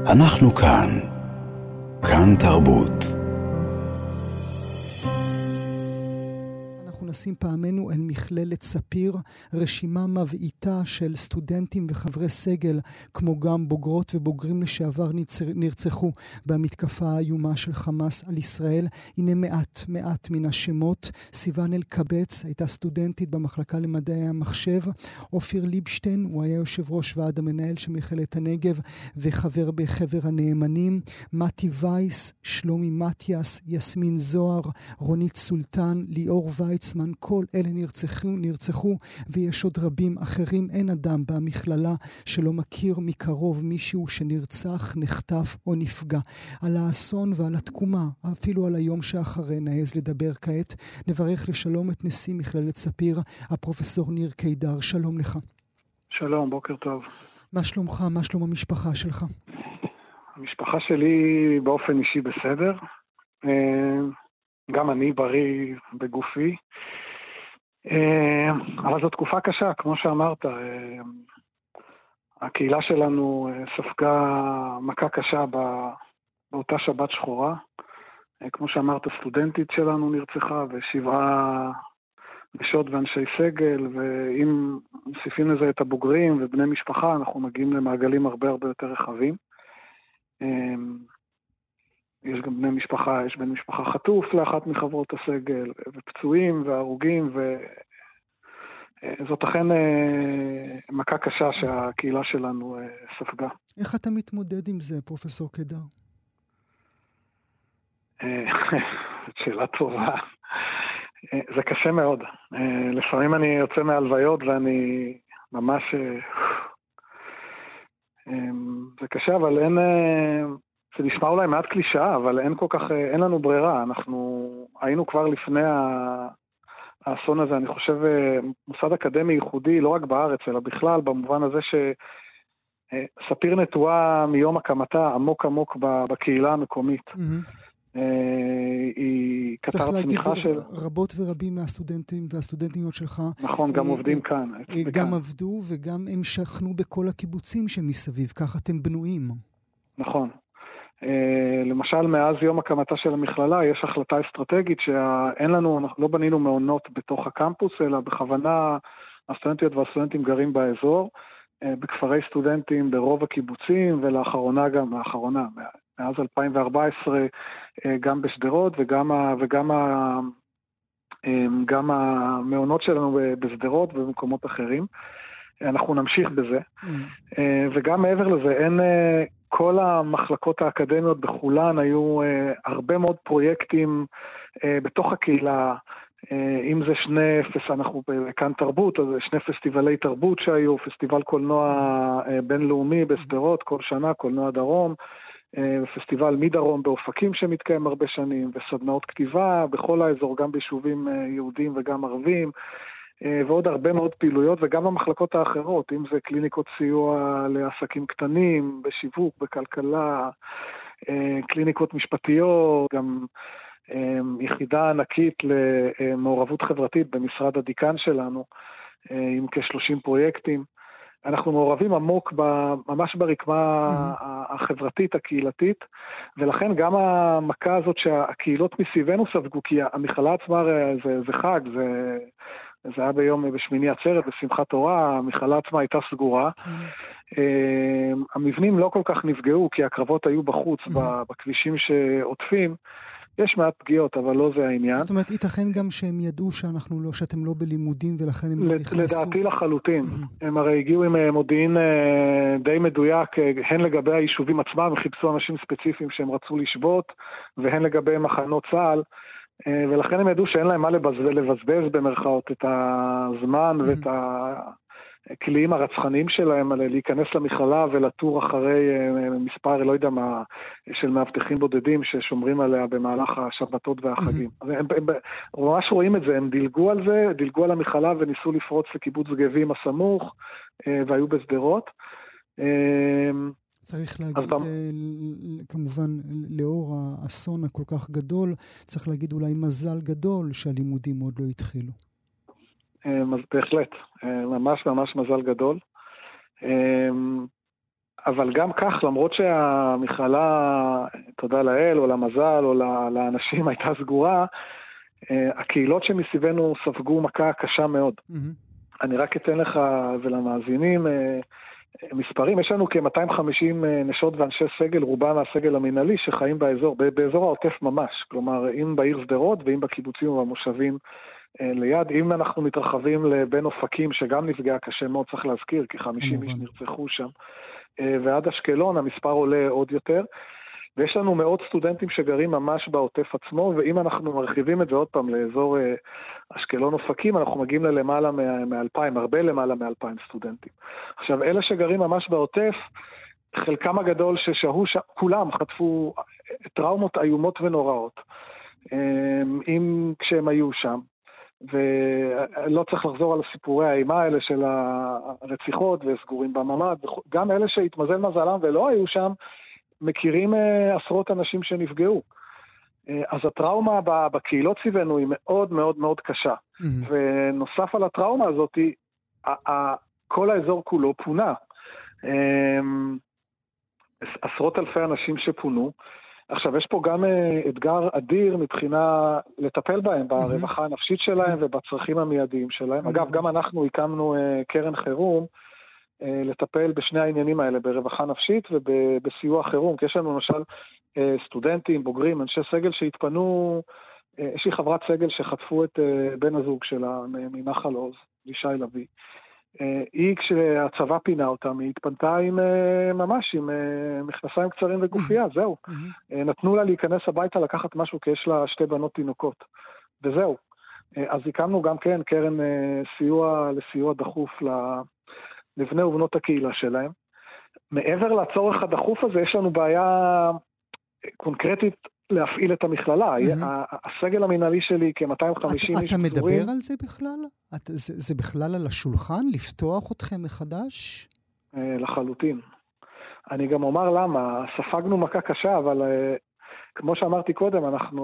אנחנו כאן. כאן תרבות. נשים פעמנו אל מכללת ספיר, רשימה מבעיתה של סטודנטים וחברי סגל, כמו גם בוגרות ובוגרים לשעבר נרצחו במתקפה האיומה של חמאס על ישראל. הנה מעט מן השמות. סיוון אלקבץ הייתה סטודנטית במחלקה למדעי המחשב. אופיר ליבשטיין, הוא היה יושב ראש ועד המנהל של מכללת הנגב וחבר בחבר הנאמנים. מתי וייס, שלומי מתיאס, יסמין זוהר, רונית סולטן, ליאור ויצמן, כל אלה נרצחו, ויש עוד רבים אחרים. אין אדם במכללה שלא מכיר מקרוב מישהו שנרצח, נחטף או נפגע. על האסון ועל התקומה, אפילו על היום שאחרי, נעז לדבר כעת. נברך לשלום את נשיא מכללת ספיר, הפרופסור ניר קידר. שלום לך. שלום, בוקר טוב. מה שלומך? מה שלום המשפחה שלך? המשפחה שלי באופן אישי בסדר. גם אני בריא בגופי. אבל זו תקופה קשה, כמו שאמרת. הקהילה שלנו ספגה מכה קשה באותה שבת שחורה. כמו שאמרת, סטודנטית שלנו נרצחה, ושבעה נשות ואנשי סגל, ואם מוסיפים לזה את הבוגרים ובני משפחה, אנחנו מגיעים למעגלים הרבה יותר רחבים. יש גם בני משפחה, יש בן משפחה חטוף לאחת מחברות הסגל, ופצועים והרוגים, וזאת אכן מכה קשה שהקהילה שלנו ספגה. איך אתה מתמודד עם זה, פרופסור קידר? שאלה טובה. זה קשה מאוד. לפעמים אני יוצא מהלוויות ואני ממש... זה קשה, אבל אין... זה נשמע אולי מעט קלישאה, אבל אין לנו ברירה. אנחנו היינו כבר לפני האסון הזה, אני חושב, מוסד אקדמי ייחודי, לא רק בארץ, אלא בכלל, במובן הזה שספיר נטועה מיום הקמתה עמוק בקהילה המקומית. היא קטר צמיחה של... צריך להגיד, רבות ורבים מהסטודנטים והסטודנטיות שלך... נכון, גם עובדים כאן. גם עבדו וגם הם שכנו בכל הקיבוצים שמסביב, כך אתם בנויים. נכון. למשל, מאז יום הקמתה של המכללה, יש החלטה אסטרטגית שאין לנו, לא בנינו מעונות בתוך הקמפוס, אלא בכוונה הסטודנטיות והסטודנטים גרים באזור, בכפרי סטודנטים ברוב הקיבוצים, ולאחרונה מאז 2014, גם בשדרות, וגם המעונות שלנו בשדרות ובמקומות אחרים. אנחנו נמשיך בזה. וגם מעבר לזה, אין... כל המחלקות האקדמיות בכולן היו הרבה מאוד פרויקטים בתוך הקהילה, אם זה אנחנו כאן תרבות, אז שני פסטיבלי תרבות שהיו, פסטיבל קולנוע בינלאומי בשדרות כל שנה, קולנוע דרום, פסטיבל מדרום באופקים שמתקיים הרבה שנים, וסדנאות כתיבה בכל האזור, גם ביישובים יהודים וגם ערבים, ועוד הרבה מאוד פעילויות, וגם במחלקות האחרות, אם זה קליניקות סיוע לעסקים קטנים, בשיווק, בכלכלה, קליניקות משפטיות, גם יחידה ענקית למעורבות חברתית במשרד הדיקן שלנו, עם כ-30 פרויקטים. אנחנו מעורבים עמוק ממש ברקמה החברתית, הקהילתית, ולכן גם המכה הזאת שהקהילות מסביבנו ספגו, כי המכללה עצמה זה חג, זה היה בשמיני עצרת, בשמחת תורה, המכללה עצמה הייתה סגורה. המבנים לא כל כך נפגעו, כי הקרבות היו בחוץ, בכבישים שעוטפים. יש מעט פגיעות, אבל לא זה העניין. זאת אומרת, ייתכן גם שהם ידעו שאתם לא בלימודים, ולכן הם לא נכנסו. לדעתי לחלוטין. הם הרי הגיעו עם מודיעין די מדויק, הן לגבי היישובים עצמם, וחיפשו אנשים ספציפיים שהם רצו לשבות, והן לגבי מחנות צה"ל. ולכן הם ידעו שאין להם מה לבזבז במרכאות את הזמן ואת הכלים הרצחניים שלהם להיכנס למכללה ולטור אחרי מספר, לא יודע מה, של מאבטחים בודדים ששומרים עליה במהלך השבתות והחגים. הם ממש רואים את זה, הם דילגו על המכללה וניסו לפרוץ לקיבוץ גבים הסמוך, והיו בשדרות. צריך להגיד, כמובן, לאור האסון הכל כך גדול, צריך להגיד אולי מזל גדול שהלימודים עוד לא התחילו. בהחלט, ממש מזל גדול. אבל גם כך, למרות שהמכללה, תודה לאל או למזל או לאנשים הייתה סגורה, הקהילות שמסביבנו ספגו מכה קשה מאוד. אני רק אתן לך ולמאזינים מספרים. יש לנו כ-250 נשות ואנשי סגל, רובם מהסגל המנהלי, שחיים באזור העוטף ממש. כלומר, אם בעיר שדרות ואם בקיבוצים ובמושבים ליד. אם אנחנו מתרחבים לבין אופקים, שגם נפגע קשה מאוד, צריך להזכיר, כי 50 איש נרצחו שם, ועד אשקלון המספר עולה עוד יותר. ויש לנו מאות סטודנטים שגרים ממש בעוטף עצמו, ואם אנחנו מרחיבים את זה עוד פעם לאזור אשקלון אופקים, אנחנו מגיעים ללמעלה מ-2,000, הרבה למעלה מ-2,000 סטודנטים. עכשיו, אלה שגרים ממש בעוטף, חלקם הגדול ששהו שם, כולם חטפו טראומות איומות ונוראות, כשהם היו שם. ולא צריך לחזור על סיפורי האימה האלה של הרציחות וסגורים בממ"ד, גם אלה שהתמזל מזלם ולא היו שם, מכירים עשרות אנשים שנפגעו. אז הטראומה בקהילות סביבנו היא מאוד מאוד מאוד קשה. ונוסף על הטראומה הזאת, כל האזור כולו פונה. עשרות אלפי אנשים שפונו. עכשיו, יש פה גם אתגר אדיר מבחינה לטפל בהם, ברווחה הנפשית שלהם ובצרכים המיידיים שלהם. אגב, גם אנחנו הקמנו קרן חירום, לטפל בשני העניינים האלה, ברווחה נפשית ובסיוע חירום, כי יש לנו למשל סטודנטים, בוגרים, אנשי סגל שהתפנו, יש לי חברת סגל שחטפו את בן הזוג שלה מנחל עוז, לישי לוי. היא כשהצבא פינה אותם, היא התפנתה ממש עם מכנסיים קצרים וגופייה, זהו. נתנו לה להיכנס הביתה לקחת משהו, כי יש לה שתי בנות תינוקות, וזהו. אז הקמנו גם כן קרן לסיוע דחוף לבני ובנות הקהילה שלהם. מעבר לצורך הדחוף הזה, יש לנו בעיה קונקרטית להפעיל את המכללה. הסגל המנהלי שלי כ-250 איש פזורים. אתה מדבר על זה בכלל? זה בכלל על השולחן? לפתוח אתכם מחדש? לחלוטין. אני גם אומר למה. ספגנו מכה קשה, אבל כמו שאמרתי קודם,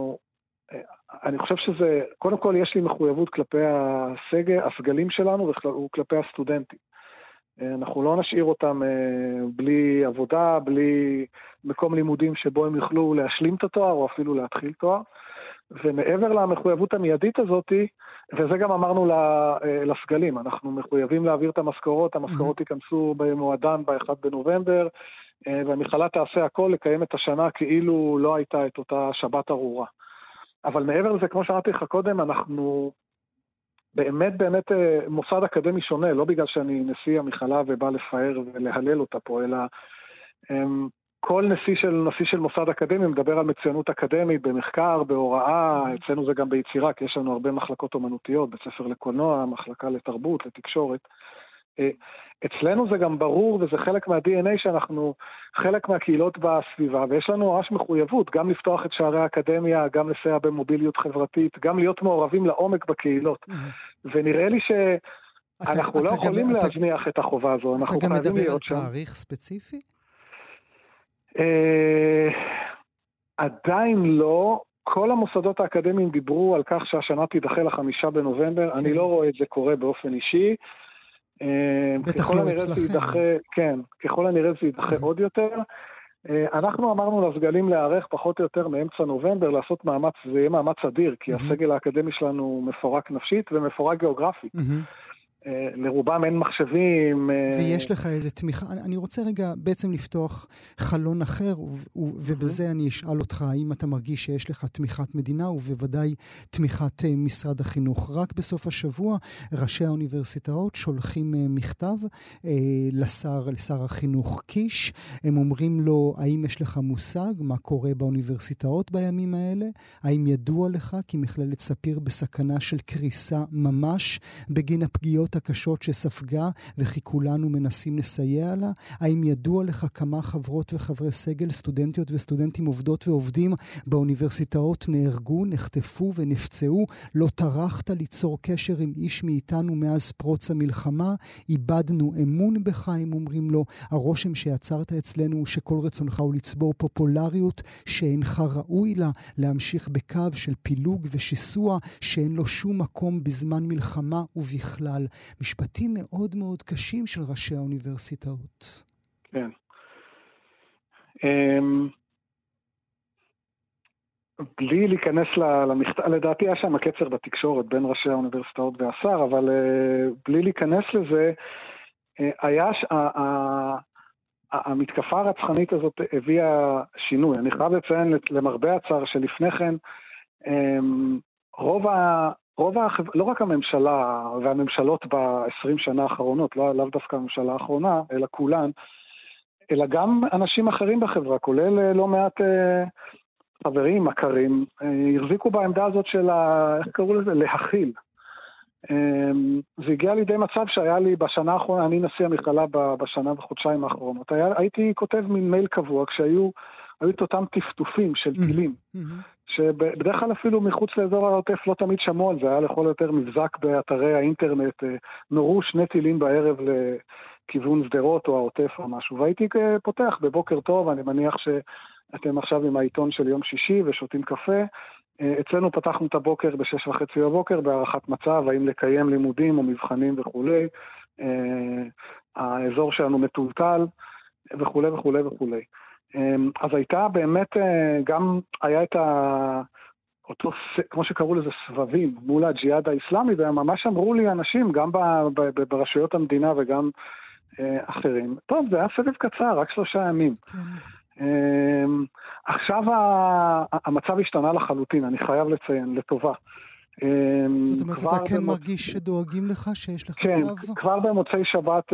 אני חושב שזה, קודם כל יש לי מחויבות כלפי הסגלים שלנו וכלפי הסטודנטים. אנחנו לא נשאיר אותם בלי עבודה, בלי מקום לימודים שבו הם יוכלו להשלים את התואר או אפילו להתחיל תואר. ומעבר למחויבות המיידית הזאת, וזה גם אמרנו לסגלים, אנחנו מחויבים להעביר את המשכורות, המשכורות ייכנסו במועדן ב-1 בנובמבר, והמכללה תעשה הכל לקיים את השנה כאילו לא הייתה את אותה שבת ארורה. אבל מעבר לזה, כמו שאמרתי לך קודם, אנחנו באמת מוסד אקדמי שונה, לא בגלל שאני נשיא המכללה ובא לפאר ולהלל אותה פה, אלא כל נשיא של מוסד אקדמי מדבר על מצוינות אקדמית, במחקר, בהוראה, אצלנו זה גם ביצירה, כי יש לנו הרבה מחלקות אומנותיות, בית ספר לקולנוע, מחלקה לתרבות, לתקשורת. אצלנו זה גם ברור, וזה חלק מה-DNA שאנחנו חלק מהקהילות בסביבה, ויש לנו ממש מחויבות, גם לפתוח את שערי האקדמיה, גם לסייע במוביליות חברתית, גם להיות מעורבים לעומק בקהילות. ונראה לי שאנחנו לא יכולים להזניח את החובה הזו, אנחנו חייבים להיות שם. אתה גם מדבר על תאריך ספציפי? עדיין לא. כל המוסדות האקדמיים דיברו על כך שהשנה תידחה ל5 בנובמבר, אני לא רואה את זה קורה באופן אישי. בטח לא אצלכם. כן, ככל הנראה זה יידחה עוד יותר. אנחנו אמרנו לסגלים להיערך פחות או יותר מאמצע נובמבר, לעשות מאמץ, זה יהיה מאמץ אדיר, כי הסגל האקדמי שלנו מפורק נפשית ומפורק גיאוגרפית. לרובם אין מחשבים. ויש לך איזה תמיכה, אני רוצה רגע בעצם לפתוח חלון אחר, ובזה אני אשאל אותך, האם אתה מרגיש שיש לך תמיכת מדינה, ובוודאי תמיכת משרד החינוך. רק בסוף השבוע, ראשי האוניברסיטאות שולחים מכתב לשר החינוך קיש, הם אומרים לו, האם יש לך מושג מה קורה באוניברסיטאות בימים האלה? האם ידוע לך כי מכללת ספיר בסכנה של קריסה ממש בגין הפגיעות הקשות שספגה וכי כולנו מנסים לסייע לה? האם ידוע לך כמה חברות וחברי סגל, סטודנטיות וסטודנטים, עובדות ועובדים באוניברסיטאות נהרגו, נחטפו ונפצעו? לא טרחת ליצור קשר עם איש מאיתנו מאז פרוץ המלחמה? איבדנו אמון בך, הם אומרים לו. הרושם שיצרת אצלנו הוא שכל רצונך הוא לצבור פופולריות שאינך ראוי לה, להמשיך בקו של פילוג ושיסוע שאין לו שום מקום בזמן מלחמה ובכלל. משפטים מאוד מאוד קשים של ראשי האוניברסיטאות. כן. בלי להיכנס למכתב, לדעתי היה שם הקצר בתקשורת בין ראשי האוניברסיטאות והשר, אבל בלי להיכנס לזה, היה המתקפה הרצחנית הזאת הביאה שינוי. אני חייב לציין למרבה הצער שלפני כן, לא רק הממשלה והממשלות ב-20 שנה האחרונות, לאו דווקא הממשלה האחרונה, אלא כולן, אלא גם אנשים אחרים בחברה, כולל לא מעט חברים, מכרים, החזיקו בעמדה הזאת של, איך קראו לזה? להכיל. זה הגיע לידי מצב שהיה לי בשנה האחרונה, אני נשיא המכללה בשנה וחודשיים האחרונות, הייתי כותב מין מייל קבוע, כשהיו את אותם טפטופים של טילים, שבדרך כלל אפילו מחוץ לאזור העוטף לא תמיד שמעו על זה, היה לכל יותר מבזק באתרי האינטרנט, נורו 2 טילים בערב לכיוון סדרות או העוטף או משהו, והייתי פותח בבוקר טוב, אני מניח שאתם עכשיו עם העיתון של יום שישי ושותים קפה, אצלנו פתחנו את הבוקר ב6:30 בבוקר, בהערכת מצב, האם לקיים לימודים או מבחנים וכו', האזור שלנו מטולטל וכו' וכו' וכו'. אז הייתה באמת, גם היה את אותו, כמו שקראו לזה, סבבים מול הג'יהאד האסלאמי, וממש אמרו לי אנשים, גם ברשויות המדינה וגם אחרים, טוב, זה היה סבב קצר, רק 3 ימים. עכשיו המצב השתנה לחלוטין, אני חייב לציין, לטובה. זאת אומרת, אתה כן מרגיש שדואגים לך, שיש לך כן, גב? כבר במוצאי שבת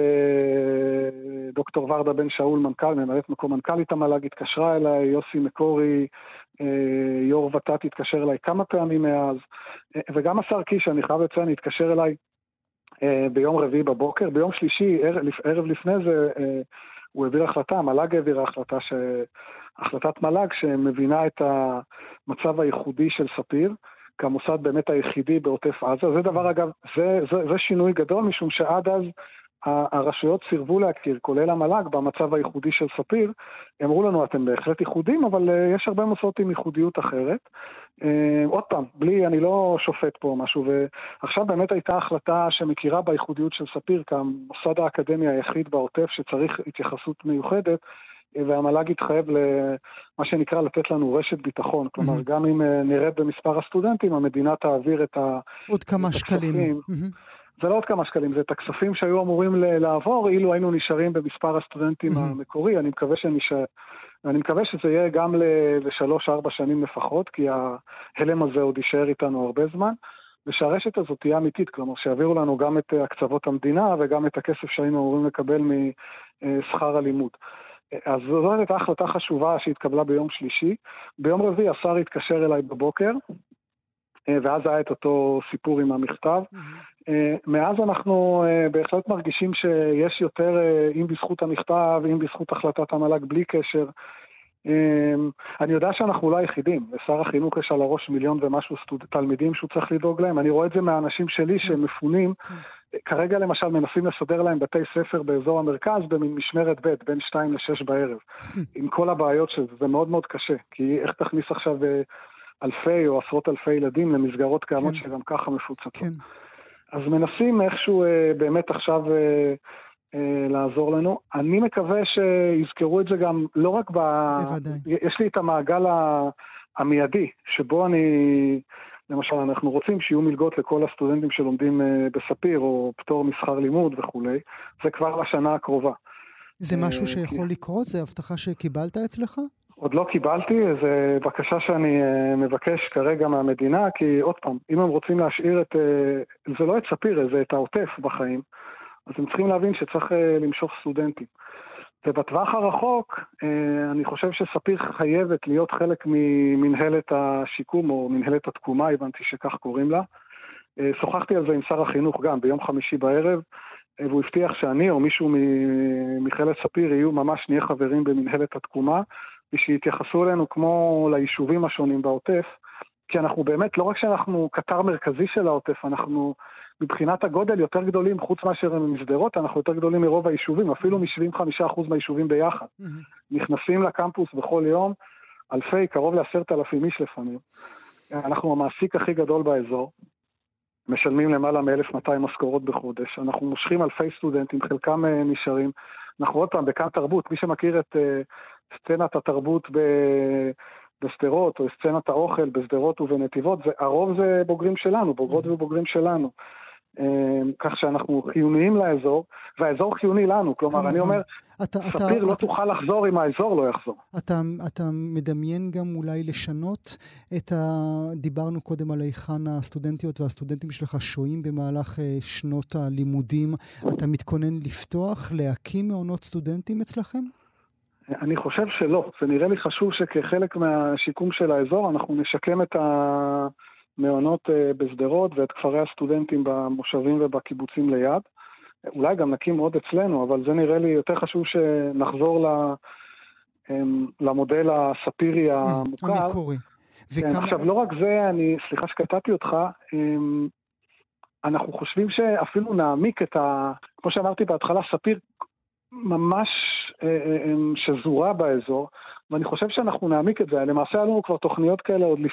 דוקטור ורדה בן שאול, ממלאת מקום מנכ"לית המל"ג, התקשרה אליי, יוסי מקורי, יו"ר ות"ת התקשר אליי כמה פעמים מאז, וגם השר קיש, אני חייב לציין, התקשר אליי ביום רביעי בבוקר, ביום שלישי, ערב לפני זה, הוא העביר החלטה, המל"ג העבירה החלטת מל"ג שמבינה את המצב הייחודי של ספיר, כמוסד באמת היחידי בעוטף עזה. זה דבר אגב, זה שינוי גדול, משום שעד אז הרשויות סירבו להכיר, כולל המל"ג, במצב הייחודי של ספיר. אמרו לנו, אתם בהחלט ייחודים, אבל יש הרבה מוסדות עם ייחודיות אחרת. עוד פעם, אני לא שופט פה משהו, ועכשיו באמת הייתה החלטה שמכירה בייחודיות של ספיר, כמוסד האקדמי היחיד בעוטף שצריך התייחסות מיוחדת, והמל"ג התחייב למה שנקרא לתת לנו רשת ביטחון, כלומר גם אם נרד במספר הסטודנטים, המדינה תעביר את עוד כמה שקלים. זה לא עוד כמה שקלים, זה את הכספים שהיו אמורים לעבור, אילו היינו נשארים במספר הסטודנטים המקורי, אני מקווה שזה יהיה גם ל3-4 שנים לפחות, כי ההלם הזה עוד יישאר איתנו הרבה זמן, ושהרשת הזאת תהיה אמיתית, כלומר שיעבירו לנו גם את הקצוות המדינה, וגם את הכסף שהיינו אמורים לקבל משכר הלימוד. אז זו הייתה החלטה חשובה שהתקבלה ביום שלישי. ביום רביעי השר התקשר אליי בבוקר, ואז היה את אותו סיפור עם המכתב. מאז אנחנו בהחלט מרגישים שיש יותר, אם בזכות המכתב, אם בזכות החלטת המל"ג, בלי קשר. אני יודע שאנחנו לא היחידים, לשר החינוך יש על הראש 1,000,000 ומשהו תלמידים שהוא צריך לדאוג להם. אני רואה את זה מהאנשים שלי שמפונים, כרגע למשל מנסים לסדר להם בתי ספר באזור המרכז במשמרת ב' בין 2 ל-6 בערב, עם כל הבעיות שזה, זה מאוד מאוד קשה, כי איך תכניס עכשיו אלפי או עשרות אלפי ילדים למסגרות קיימות שגם ככה מפוצצות. אז מנסים איכשהו באמת עכשיו לעזור לנו. אני מקווה שיזכרו את זה גם לא רק יש לי את המעגל המיידי, שבו למשל, אנחנו רוצים שיהיו מלגות לכל הסטודנטים שלומדים בספיר, או פטור משכר לימוד וכו'. זה כבר לשנה הקרובה. זה משהו שיכול לקרות? זה הבטחה שקיבלת אצלך? עוד לא קיבלתי, זו בקשה שאני מבקש כרגע מהמדינה, כי עוד פעם, אם הם רוצים להשאיר זה לא את ספיר, זה את העוטף בחיים, אז הם צריכים להבין שצריך למשוך סטודנטים. ובטווח הרחוק, אני חושב שספיר חייבת להיות חלק ממנהלת השיקום, או מנהלת התקומה, הבנתי שכך קוראים לה. שוחחתי על זה עם שר החינוך גם ביום חמישי בערב, והוא הבטיח שאני או מישהו ממכללת ספיר ממש נהיה חברים במנהלת התקומה, ושיתייחסו אלינו כמו ליישובים השונים בעוטף, כי אנחנו באמת, לא רק שאנחנו קטר מרכזי של העוטף, אנחנו מבחינת הגודל יותר גדולים, חוץ מאשר מסדרות, אנחנו יותר גדולים מרוב היישובים, אפילו מ-75% מהיישובים ביחד. נכנסים לקמפוס בכל יום, קרוב ל10,000 איש לפעמים. אנחנו המעסיק הכי גדול באזור, משלמים למעלה מ-1,200 משכורות בחודש, אנחנו מושכים אלפי סטודנטים, חלקם נשארים, אנחנו עוד פעם בכאן תרבות, מי שמכיר את סצנת התרבות בסדרות, או סצנת האוכל בסדרות ובנתיבות, הרוב זה בוגרים שלנו, בוגרות ובוגרים שלנו. כך שאנחנו חיוניים לאזור, והאזור חיוני לנו. כלומר, אני אומר, ספיר לא תוכל לחזור אם האזור לא יחזור. אתה מדמיין גם אולי לשנות דיברנו קודם על היכן הסטודנטיות והסטודנטים שלך שוהים במהלך שנות הלימודים. אתה מתכונן לפתוח, להקים מעונות סטודנטים אצלכם? אני חושב שלא. זה נראה לי חשוב שכחלק מהשיקום של האזור, אנחנו נשקם את מעונות בסדרות ואת כפרי הסטודנטים במושבים ובקיבוצים ליד. אולי גם נקים עוד אצלנו, אבל זה נראה לי יותר חשוב שנחזור למודל הספירי המוכר. המקורי. עכשיו, לא רק זה, סליחה שקטעתי אותך, אנחנו חושבים שאפילו נעמיק כמו שאמרתי בהתחלה, ספיר ממש שזורה באזור, ואני חושב שאנחנו נעמיק את זה. למעשה היה לנו כבר תוכניות כאלה עוד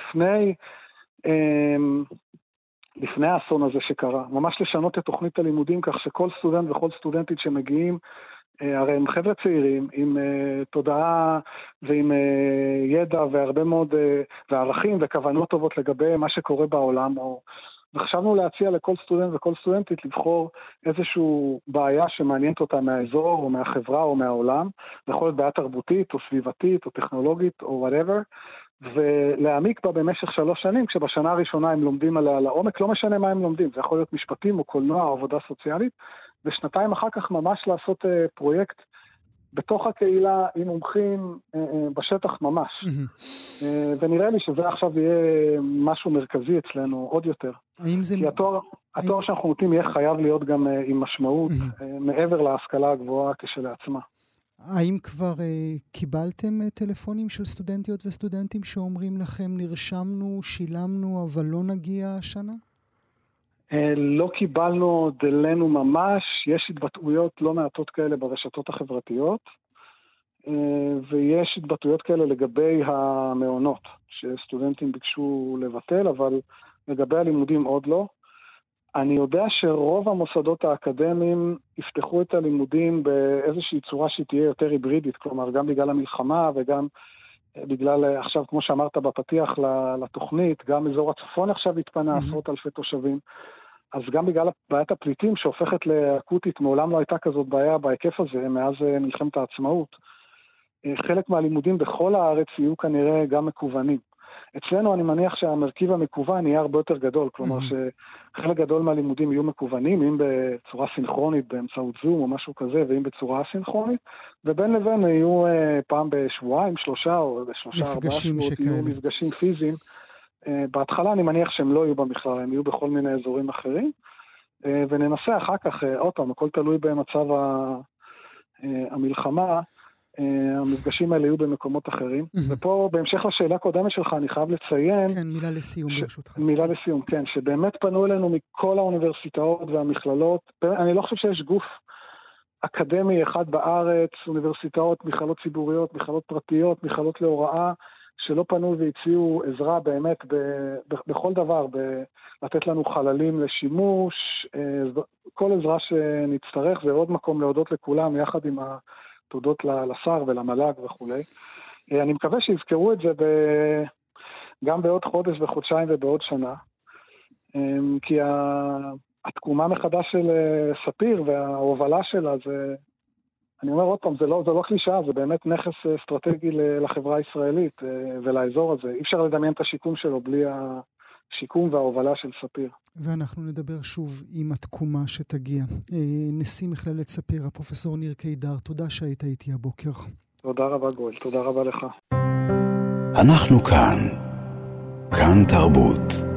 לפני האסון הזה שקרה, ממש לשנות את תוכנית הלימודים כך שכל סטודנט וכל סטודנטית שמגיעים, הרי הם חבר'ה צעירים עם תודעה ועם ידע והרבה מאוד וערכים וכוונות טובות לגבי מה שקורה בעולם, וחשבנו להציע לכל סטודנט וכל סטודנטית לבחור איזשהו בעיה שמעניינת אותה מהאזור או מהחברה או מהעולם, זה יכול להיות בעיה תרבותית או סביבתית או טכנולוגית או whatever, ולהעמיק בה במשך 3 שנים, כשבשנה הראשונה הם לומדים עליה לעומק, לא משנה מה הם לומדים, זה יכול להיות משפטים או קולנוע או עבודה סוציאלית, ושנתיים אחר כך ממש לעשות פרויקט בתוך הקהילה עם מומחים בשטח ממש. ונראה לי שזה עכשיו יהיה משהו מרכזי אצלנו עוד יותר. כי התואר שאנחנו נותנים יהיה חייב להיות גם עם משמעות מעבר להשכלה הגבוהה כשלעצמה. האם כבר קיבלתם טלפונים של סטודנטיות וסטודנטים שאומרים לכם נרשמנו, שילמנו, אבל לא נגיע השנה? לא קיבלנו דלנו ממש, יש התבטאויות לא מעטות כאלה ברשתות החברתיות, ויש התבטאויות כאלה לגבי המעונות, שסטודנטים ביקשו לבטל, אבל לגבי הלימודים עוד לא. אני יודע שרוב המוסדות האקדמיים יפתחו את הלימודים באיזושהי צורה שהיא תהיה יותר היברידית, כלומר גם בגלל המלחמה וגם בגלל, עכשיו כמו שאמרת בפתיח לתוכנית, גם אזור הצפון עכשיו התפנה עשרות אלפי תושבים, אז גם בגלל בעיית הפליטים שהופכת לאקוטית, מעולם לא הייתה כזאת בעיה בהיקף הזה מאז מלחמת העצמאות. חלק מהלימודים בכל הארץ יהיו כנראה גם מקוונים. אצלנו אני מניח שהמרכיב המקוון יהיה הרבה יותר גדול, כלומר שחלק גדול מהלימודים יהיו מקוונים, אם בצורה סינכרונית באמצעות זום או משהו כזה, ואם בצורה סינכרונית, ובין לבין יהיו פעם בשבועיים, 3 או 3-4 שבועות, יהיו מפגשים פיזיים. בהתחלה אני מניח שהם לא יהיו במכלל, הם יהיו בכל מיני אזורים אחרים, וננסה אחר כך, עוד פעם, הכל תלוי במצב המלחמה, המפגשים האלה יהיו במקומות אחרים. ופה, בהמשך לשאלה הקודמת שלך, אני חייב לציין... כן, מילה לסיום ברשותך. מילה לסיום, כן, שבאמת פנו אלינו מכל האוניברסיטאות והמכללות. אני לא חושב שיש גוף אקדמי אחד בארץ, אוניברסיטאות, מכללות ציבוריות, מכללות פרטיות, מכללות להוראה, שלא פנו והציעו עזרה באמת בכל דבר, לתת לנו חללים לשימוש, כל עזרה שנצטרך, ועוד מקום להודות לכולם, יחד עם התודות לשר ולמל"ג וכו'. אני מקווה שיזכרו את זה גם בעוד חודש וחודשיים ובעוד שנה, כי התקומה מחדש של ספיר וההובלה שלה זה... אני אומר עוד פעם, זה לא קלישאה, זה באמת נכס אסטרטגי לחברה הישראלית ולאזור הזה. אי אפשר לדמיין את השיקום שלו בלי השיקום וההובלה של ספיר. ואנחנו נדבר שוב עם התקומה שתגיע. נשיא מכללת ספיר, הפרופסור ניר קידר, תודה שהיית איתי הבוקר. תודה רבה גואל, תודה רבה לך. אנחנו כאן תרבות.